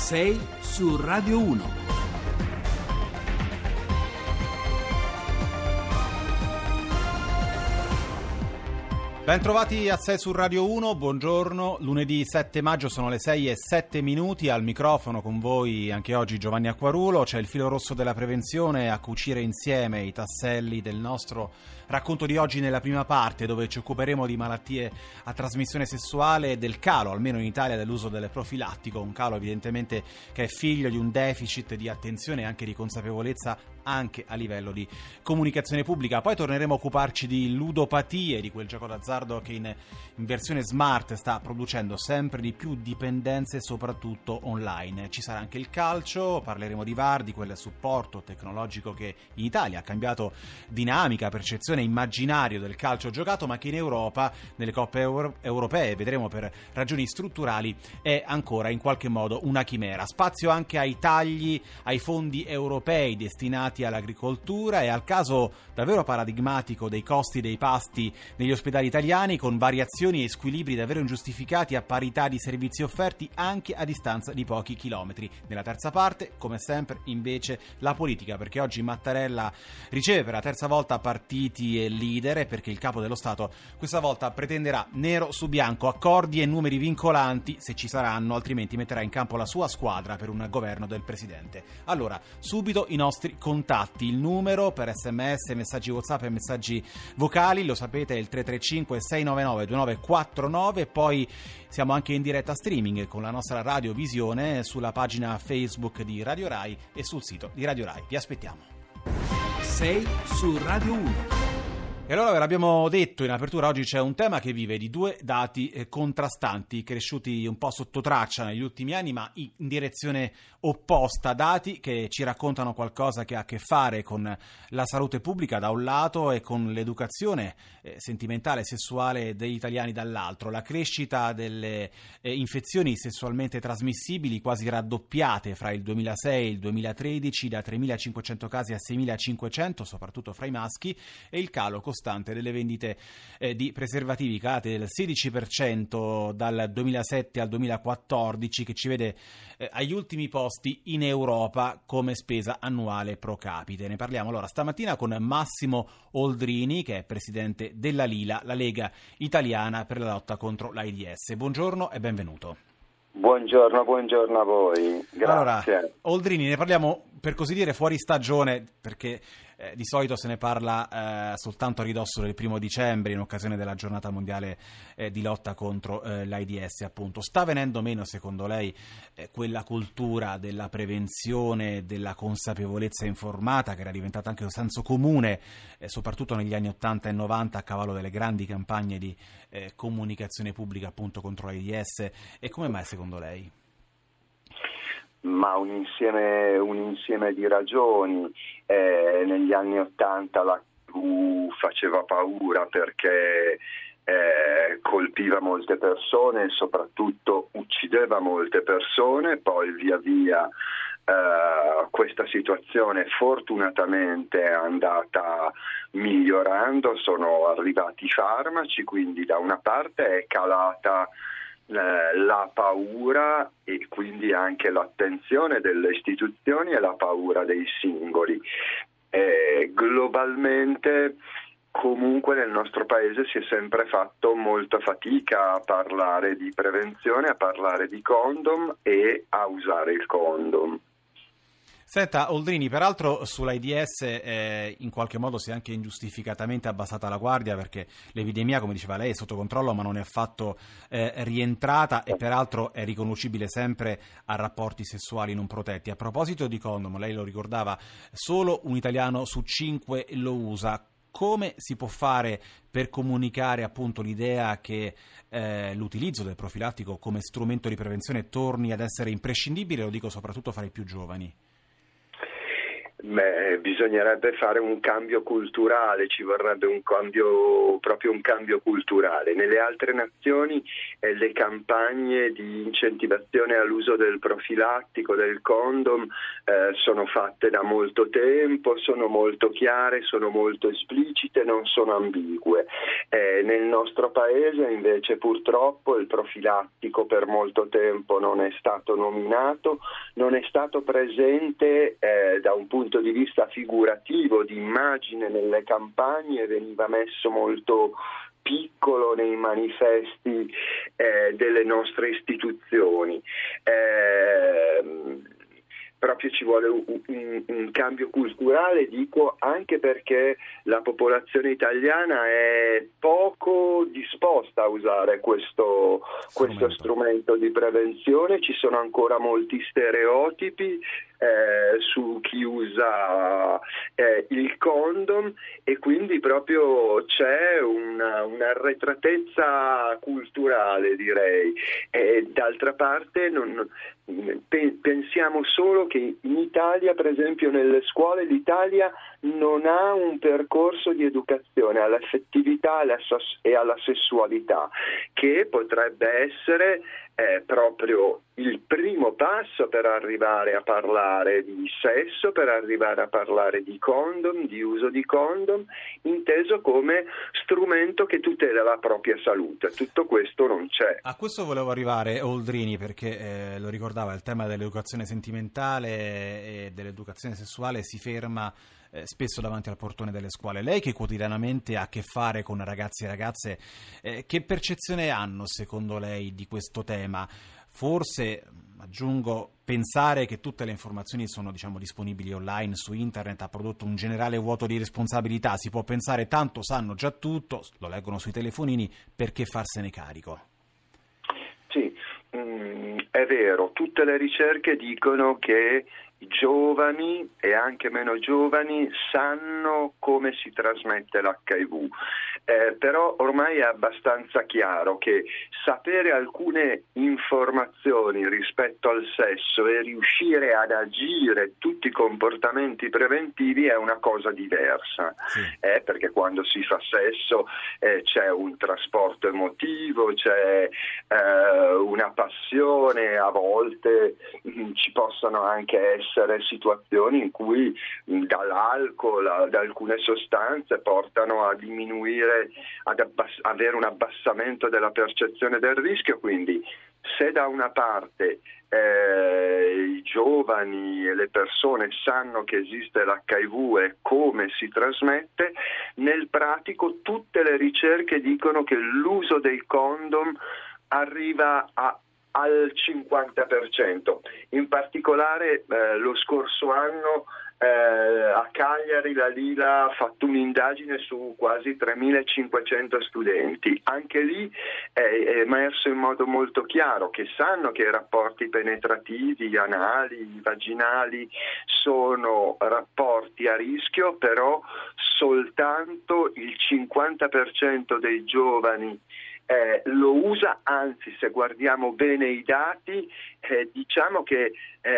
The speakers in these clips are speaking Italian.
6 su Radio 1. Bentrovati a 6 su Radio 1, buongiorno, lunedì 7 maggio sono le 6:07, al microfono con voi anche oggi Giovanni Acquarulo. C'è il filo rosso della prevenzione a cucire insieme i tasselli del nostro racconto di oggi nella prima parte, dove ci occuperemo di malattie a trasmissione sessuale e del calo, almeno in Italia, dell'uso del profilattico, un calo evidentemente che è figlio di un deficit di attenzione e anche di consapevolezza anche a livello di comunicazione pubblica. Poi torneremo a occuparci di ludopatie, di quel gioco d'azzardo che in versione smart sta producendo sempre di più dipendenze, soprattutto online. Ci sarà anche il calcio, parleremo di VAR, di quel supporto tecnologico che in Italia ha cambiato dinamica, percezione, immaginario del calcio giocato, ma che in Europa, nelle coppe europee, vedremo per ragioni strutturali, è ancora in qualche modo una chimera. Spazio anche ai tagli ai fondi europei destinati all'agricoltura e al caso davvero paradigmatico dei costi dei pasti negli ospedali italiani, con variazioni e squilibri davvero ingiustificati a parità di servizi offerti anche a distanza di pochi chilometri. Nella terza parte, come sempre, invece, la politica, perché oggi Mattarella riceve per la terza volta partiti e leader, perché il capo dello Stato questa volta pretenderà nero su bianco accordi e numeri vincolanti, se ci saranno, altrimenti metterà in campo la sua squadra per un governo del presidente. Allora, subito i nostri contatti, il numero per sms, messaggi WhatsApp e messaggi vocali, lo sapete, è il 335 699 2949, poi siamo anche in diretta streaming con la nostra radiovisione sulla pagina Facebook di Radio Rai e sul sito di Radio Rai. Vi aspettiamo. 6 su Radio 1. E allora ve l'abbiamo detto in apertura, oggi c'è un tema che vive di due dati contrastanti, cresciuti un po' sotto traccia negli ultimi anni, ma in direzione opposta, dati che ci raccontano qualcosa che ha a che fare con la salute pubblica da un lato e con l'educazione sentimentale e sessuale degli italiani dall'altro. La crescita delle infezioni sessualmente trasmissibili quasi raddoppiate fra il 2006 e il 2013, da 3.500 casi a 6.500, soprattutto fra i maschi, e il calo costante delle vendite di preservativi, calate del 16% dal 2007 al 2014, che ci vede agli ultimi posti in Europa come spesa annuale pro capite. Ne parliamo allora stamattina con Massimo Oldrini, che è presidente della Lila, la Lega Italiana per la lotta contro l'AIDS. Buongiorno e benvenuto. Buongiorno a voi, grazie. Allora, Oldrini, ne parliamo per così dire fuori stagione, perché di solito se ne parla soltanto a ridosso del 1 dicembre, in occasione della giornata mondiale di lotta contro l'AIDS, appunto. Sta venendo meno, secondo lei, quella cultura della prevenzione, della consapevolezza informata, che era diventata anche un senso comune, soprattutto negli anni 80 e 90, a cavallo delle grandi campagne di comunicazione pubblica, appunto, contro l'AIDS? E come mai, secondo lei? Ma un insieme di ragioni. Negli anni 80 la TV faceva paura perché colpiva molte persone e soprattutto uccideva molte persone. Poi via via questa situazione fortunatamente è andata migliorando, sono arrivati i farmaci, quindi da una parte è calata la paura e quindi anche l'attenzione delle istituzioni e la paura dei singoli. Globalmente comunque nel nostro paese si è sempre fatto molta fatica a parlare di prevenzione, a parlare di condom e a usare il condom. Senta, Oldrini, peraltro sull'AIDS in qualche modo si è anche ingiustificatamente abbassata la guardia, perché l'epidemia, come diceva lei, è sotto controllo ma non è affatto rientrata e peraltro è riconducibile sempre a rapporti sessuali non protetti. A proposito di condom, lei lo ricordava, solo un italiano su 5 lo usa. Come si può fare per comunicare appunto l'idea che l'utilizzo del profilattico come strumento di prevenzione torni ad essere imprescindibile? Lo dico soprattutto fra i più giovani. Bisognerebbe fare un cambio culturale, ci vorrebbe proprio un cambio culturale. Nelle altre nazioni le campagne di incentivazione all'uso del profilattico, del condom, sono fatte da molto tempo, sono molto chiare, sono molto esplicite, non sono ambigue. Nel nostro paese invece purtroppo il profilattico per molto tempo non è stato nominato, non è stato presente da un punto di vista figurativo, di immagine nelle campagne, veniva messo molto piccolo nei manifesti delle nostre istituzioni. Proprio ci vuole un cambio culturale, dico, anche perché la popolazione italiana è poco disposta a usare questo strumento di prevenzione. Ci sono ancora molti stereotipi su chi usa il condom, e quindi proprio c'è un'arretratezza culturale, direi. D'altra parte pensiamo solo che in Italia, per esempio nelle scuole, l'Italia non ha un percorso di educazione all'affettività e alla sessualità, che potrebbe essere proprio il primo passo per arrivare a parlare di sesso, per arrivare a parlare di condom, di uso di condom, inteso come strumento che tutela la propria salute. Tutto questo non c'è. A questo volevo arrivare, Oldrini, perché lo ricordava, il tema dell'educazione sentimentale e dell'educazione sessuale si ferma spesso davanti al portone delle scuole. Lei, che quotidianamente ha a che fare con ragazzi e ragazze, che percezione hanno secondo lei di questo tema? Forse, aggiungo, pensare che tutte le informazioni sono, disponibili online su internet ha prodotto un generale vuoto di responsabilità. Si può pensare: tanto sanno già tutto, lo leggono sui telefonini, perché farsene carico? Sì, è vero, tutte le ricerche dicono che i giovani e anche meno giovani sanno come si trasmette l'HIV, però ormai è abbastanza chiaro che sapere alcune informazioni rispetto al sesso e riuscire ad agire tutti i comportamenti preventivi è una cosa diversa, sì. Perché quando si fa sesso c'è un trasporto emotivo, c'è una passione, a volte ci possono anche essere situazioni in cui dall'alcol, da alcune sostanze portano a diminuire, ad avere un abbassamento della percezione del rischio. Quindi se da una parte i giovani e le persone sanno che esiste l'HIV e come si trasmette, nel pratico tutte le ricerche dicono che l'uso dei condom arriva al 50%. In particolare lo scorso anno a Cagliari la Lila ha fatto un'indagine su quasi 3.500 studenti. Anche lì è emerso in modo molto chiaro che sanno che i rapporti penetrativi, anali, vaginali sono rapporti a rischio, però soltanto il 50% dei giovani lo usa. Anzi, se guardiamo bene i dati, diciamo che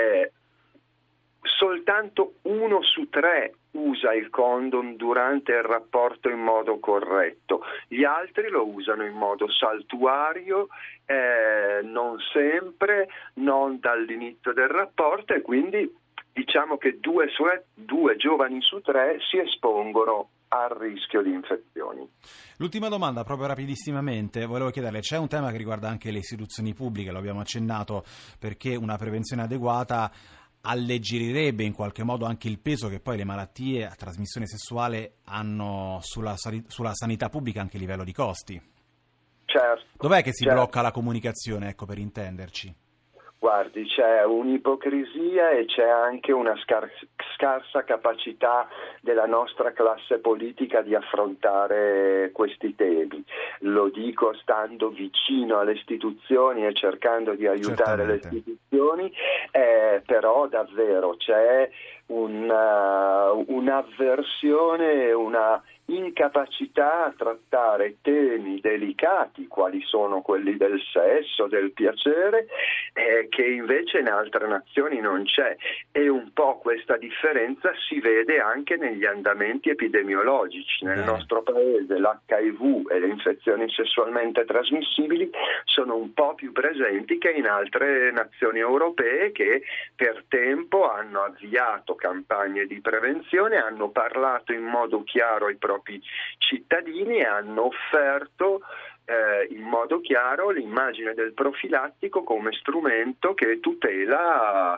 soltanto 1 su 3 usa il condom durante il rapporto in modo corretto. Gli altri lo usano in modo saltuario, non sempre, non dall'inizio del rapporto, e quindi diciamo che 2 giovani su 3 si espongono al rischio di infezioni. L'ultima domanda, proprio rapidissimamente, volevo chiederle: c'è un tema che riguarda anche le istituzioni pubbliche, lo abbiamo accennato, perché una prevenzione adeguata alleggerirebbe in qualche modo anche il peso che poi le malattie a trasmissione sessuale hanno sulla sanità pubblica, anche a livello di costi. Certo. Dov'è che si blocca la comunicazione, ecco, per intenderci? Guardi, c'è un'ipocrisia e c'è anche una scarsa capacità della nostra classe politica di affrontare questi temi. Lo dico stando vicino alle istituzioni e cercando di aiutare le istituzioni, però davvero c'è un'avversione, una incapacità a trattare temi delicati quali sono quelli del sesso, del piacere, che invece in altre nazioni non c'è, e un po' questa differenza si vede anche negli andamenti epidemiologici. Nel nostro paese l'HIV e le infezioni sessualmente trasmissibili sono un po' più presenti che in altre nazioni europee, che per tempo hanno avviato campagne di prevenzione, hanno parlato in modo chiaro ai propri cittadini e hanno offerto in modo chiaro l'immagine del profilattico come strumento che tutela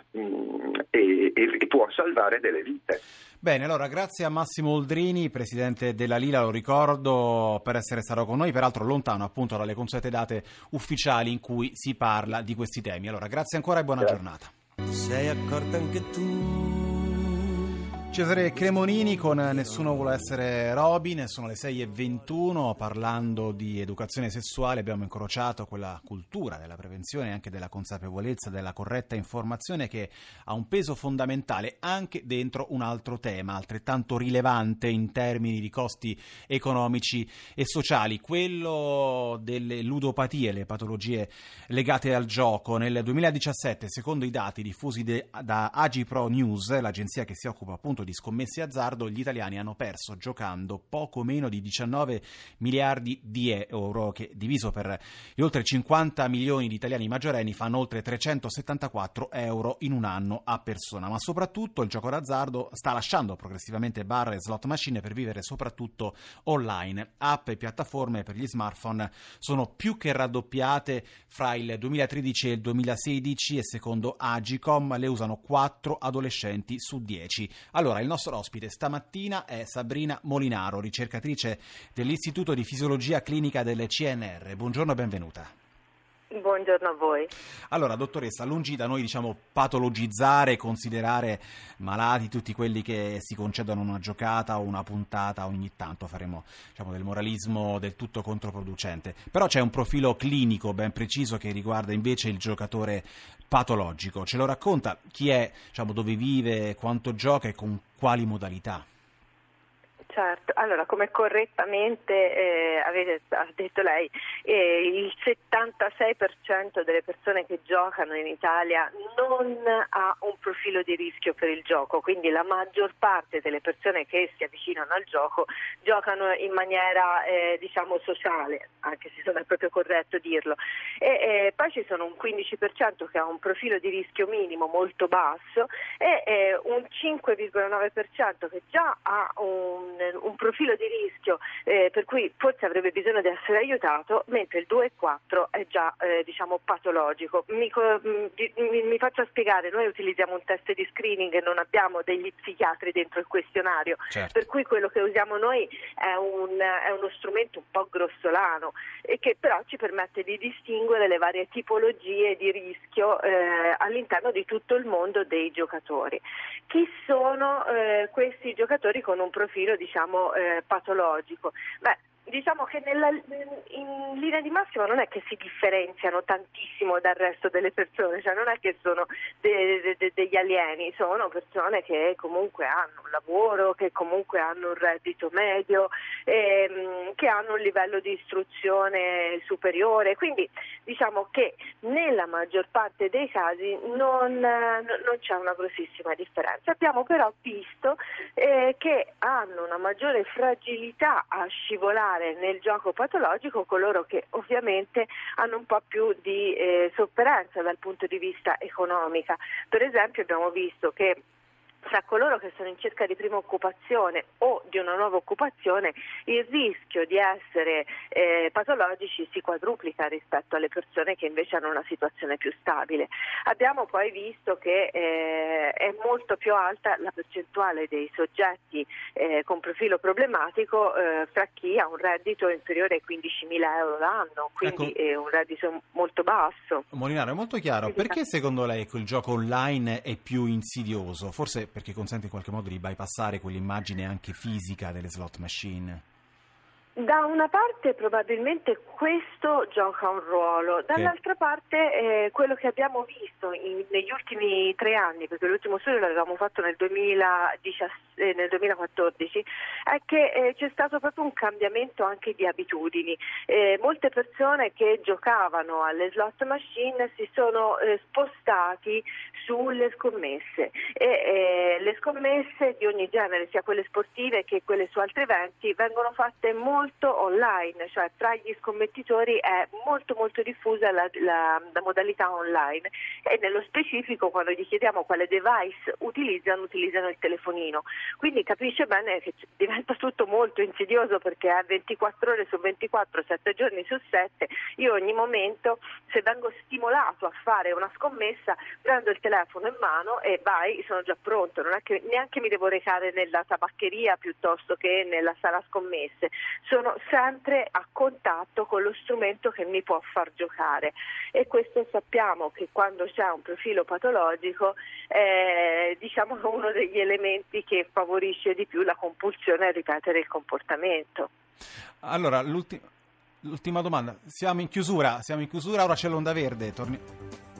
e può salvare delle vite. Bene, allora grazie a Massimo Oldrini, presidente della Lila, lo ricordo, per essere stato con noi, peraltro lontano appunto dalle consuete date ufficiali in cui si parla di questi temi. Allora grazie ancora e buona giornata. Sei accorta anche tu? Cesare Cremonini con Nessuno vuole essere Robin, sono le 6:21, parlando di educazione sessuale abbiamo incrociato quella cultura della prevenzione e anche della consapevolezza, della corretta informazione, che ha un peso fondamentale anche dentro un altro tema altrettanto rilevante in termini di costi economici e sociali, quello delle ludopatie, le patologie legate al gioco. Nel 2017, secondo i dati diffusi da Agipro News, l'agenzia che si occupa appunto di scommesse e azzardo, gli italiani hanno perso giocando poco meno di 19 miliardi di euro, che diviso per gli oltre 50 milioni di italiani maggiorenni fanno oltre 374 euro in un anno a persona. Ma soprattutto il gioco d'azzardo sta lasciando progressivamente bar e slot machine per vivere soprattutto online. App e piattaforme per gli smartphone sono più che raddoppiate fra il 2013 e il 2016 e secondo Agicom le usano 4 adolescenti su 10. Allora, il nostro ospite stamattina è Sabrina Molinaro, ricercatrice dell'Istituto di Fisiologia Clinica del CNR. Buongiorno e benvenuta. Buongiorno a voi. Allora, dottoressa, lungi da noi patologizzare, considerare malati tutti quelli che si concedono una giocata o una puntata ogni tanto, faremo del moralismo del tutto controproducente. Però c'è un profilo clinico ben preciso che riguarda invece il giocatore patologico. Ce lo racconta? Chi è, dove vive, quanto gioca e con quali modalità? Certo, allora come correttamente ha detto lei, il 76% delle persone che giocano in Italia non ha un profilo di rischio per il gioco, quindi la maggior parte delle persone che si avvicinano al gioco giocano in maniera sociale, anche se non è proprio corretto dirlo, e poi ci sono un 15% che ha un profilo di rischio minimo molto basso e un 5,9% che già ha un profilo di rischio per cui forse avrebbe bisogno di essere aiutato, mentre il 2,4% è già patologico. Mi faccio spiegare, noi utilizziamo un test di screening e non abbiamo degli psichiatri dentro il questionario, certo. Per cui quello che usiamo noi è uno strumento un po' grossolano e che però ci permette di distinguere le varie tipologie di rischio all'interno di tutto il mondo dei giocatori. Chi sono questi giocatori con un profilo patologico? Diciamo che in linea di massima non è che si differenziano tantissimo dal resto delle persone, cioè non è che sono degli alieni, sono persone che comunque hanno un lavoro, che comunque hanno un reddito medio, che hanno un livello di istruzione superiore, quindi diciamo che nella maggior parte dei casi non c'è una grossissima differenza. Abbiamo però visto che hanno una maggiore fragilità a scivolare nel gioco patologico coloro che ovviamente hanno un po' più di sofferenza dal punto di vista economico. Per esempio abbiamo visto che fra coloro che sono in cerca di prima occupazione o di una nuova occupazione il rischio di essere patologici si quadruplica rispetto alle persone che invece hanno una situazione più stabile. Abbiamo poi visto che è molto più alta la percentuale dei soggetti con profilo problematico fra chi ha un reddito inferiore ai 15.000 euro l'anno, quindi è un reddito molto basso. Molinaro, è molto chiaro. Perché secondo lei quel gioco online è più insidioso? Forse perché consente in qualche modo di bypassare quell'immagine anche fisica delle slot machine? Da una parte probabilmente questo gioca un ruolo, dall'altra parte quello che abbiamo visto negli ultimi 3 anni, perché l'ultimo studio l'avevamo fatto nel 2014, è che c'è stato proprio un cambiamento anche di abitudini. Molte persone che giocavano alle slot machine si sono spostati sulle scommesse e le scommesse di ogni genere, sia quelle sportive che quelle su altri eventi, vengono fatte molto online, cioè tra gli scommettitori è molto diffusa la modalità online, e nello specifico quando gli chiediamo quale device utilizzano il telefonino, quindi capisce bene che diventa tutto molto insidioso, perché è 24 ore su 24, 7 giorni su 7, io ogni momento, se vengo stimolato a fare una scommessa, prendo il telefono in mano e vai, sono già pronto, non è che neanche mi devo recare nella tabaccheria piuttosto che nella sala scommesse, sono sempre a contatto con lo strumento che mi può far giocare, e questo sappiamo che quando c'è un profilo patologico diciamo che è uno degli elementi che favorisce di più la compulsione a ripetere il comportamento. Allora, l'ultima domanda, siamo in chiusura, ora c'è l'onda verde,